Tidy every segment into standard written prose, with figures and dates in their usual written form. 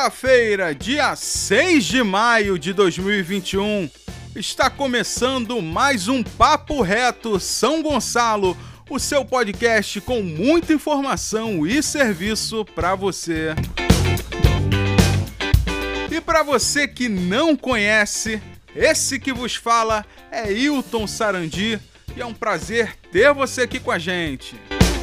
Quinta-feira, dia 6 de maio de 2021, está começando mais um Papo Reto São Gonçalo, o seu podcast com muita informação e serviço para você. E para você que não conhece, esse que vos fala é Hilton Sarandi e é um prazer ter você aqui com a gente.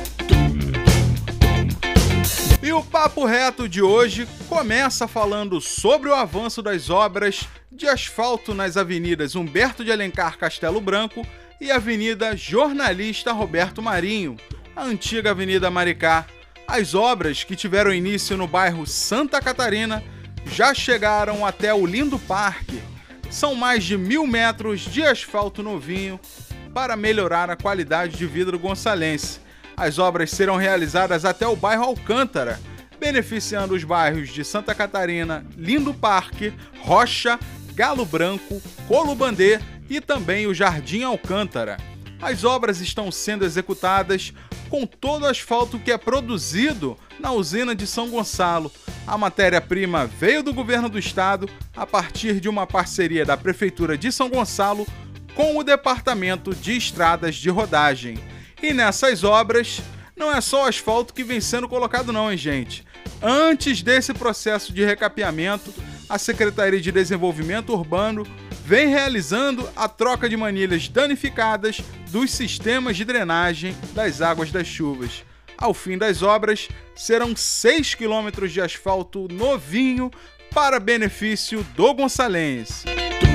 E o Papo Reto de hoje começa falando sobre o avanço das obras de asfalto nas avenidas Humberto de Alencar Castelo Branco e Avenida Jornalista Roberto Marinho, a antiga Avenida Maricá. As obras, que tiveram início no bairro Santa Catarina, já chegaram até o Lindo Parque. São mais de 1.000 metros de asfalto novinho para melhorar a qualidade de vida do gonçalense. As obras serão realizadas até o bairro Alcântara, beneficiando os bairros de Santa Catarina, Lindo Parque, Rocha, Galo Branco, Colubandê e também o Jardim Alcântara. As obras estão sendo executadas com todo o asfalto que é produzido na usina de São Gonçalo. A matéria-prima veio do governo do estado a partir de uma parceria da Prefeitura de São Gonçalo com o Departamento de Estradas de Rodagem. E nessas obras, não é só o asfalto que vem sendo colocado não, hein, gente? Antes desse processo de recapeamento, a Secretaria de Desenvolvimento Urbano vem realizando a troca de manilhas danificadas dos sistemas de drenagem das águas das chuvas. Ao fim das obras, serão 6 quilômetros de asfalto novinho para benefício do gonçalense.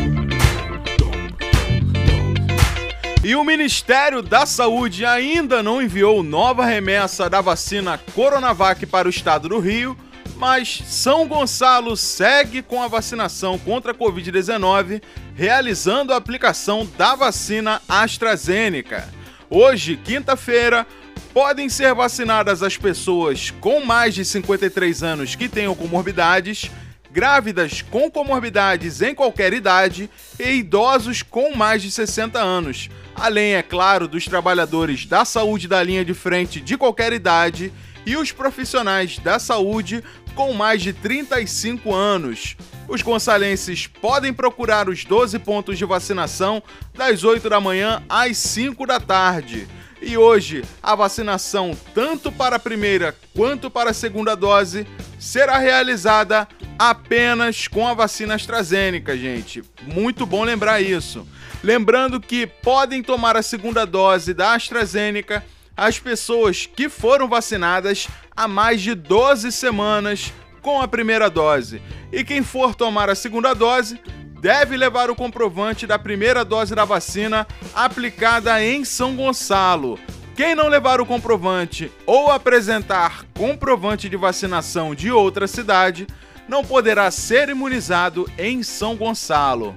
E o Ministério da Saúde ainda não enviou nova remessa da vacina Coronavac para o estado do Rio, mas São Gonçalo segue com a vacinação contra a Covid-19, realizando a aplicação da vacina AstraZeneca. Hoje, quinta-feira, podem ser vacinadas as pessoas com mais de 53 anos que tenham comorbidades, grávidas com comorbidades em qualquer idade e idosos com mais de 60 anos, além, é claro, dos trabalhadores da saúde da linha de frente de qualquer idade e os profissionais da saúde com mais de 35 anos. Os gonçalenses podem procurar os 12 pontos de vacinação das 8 da manhã às 5 da tarde. E hoje, a vacinação, tanto para a primeira quanto para a segunda dose, será realizada apenas com a vacina AstraZeneca, gente. Muito bom lembrar isso. Lembrando que podem tomar a segunda dose da AstraZeneca as pessoas que foram vacinadas há mais de 12 semanas com a primeira dose. E quem for tomar a segunda dose deve levar o comprovante da primeira dose da vacina aplicada em São Gonçalo. Quem não levar o comprovante ou apresentar comprovante de vacinação de outra cidade não poderá ser imunizado em São Gonçalo.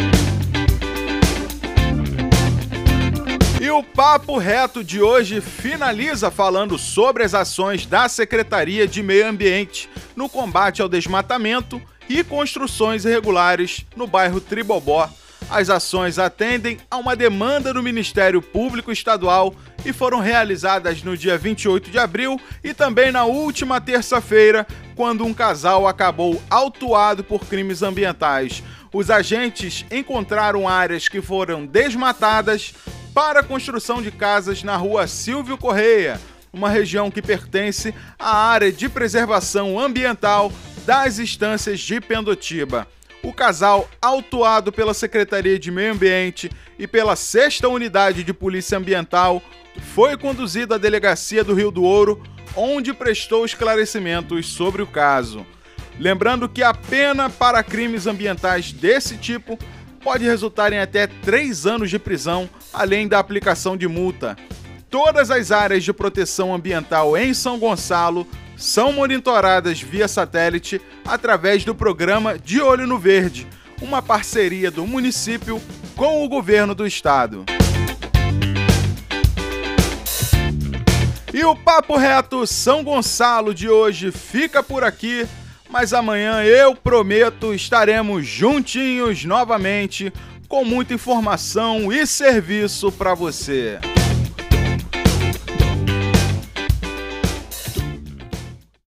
E o Papo Reto de hoje finaliza falando sobre as ações da Secretaria de Meio Ambiente no combate ao desmatamento e construções irregulares no bairro Tribobó. As ações atendem a uma demanda do Ministério Público Estadual e foram realizadas no dia 28 de abril e também na última terça-feira, quando um casal acabou autuado por crimes ambientais. Os agentes encontraram áreas que foram desmatadas para a construção de casas na rua Silvio Correia, uma região que pertence à área de preservação ambiental das Estâncias de Pendotiba. O casal, autuado pela Secretaria de Meio Ambiente e pela 6ª Unidade de Polícia Ambiental, foi conduzido à Delegacia do Rio do Ouro, onde prestou esclarecimentos sobre o caso. Lembrando que a pena para crimes ambientais desse tipo pode resultar em até 3 anos de prisão, além da aplicação de multa. Todas as áreas de proteção ambiental em São Gonçalo são monitoradas via satélite através do programa De Olho no Verde, uma parceria do município com o governo do estado. E o Papo Reto São Gonçalo de hoje fica por aqui, mas amanhã eu prometo estaremos juntinhos novamente com muita informação e serviço para você.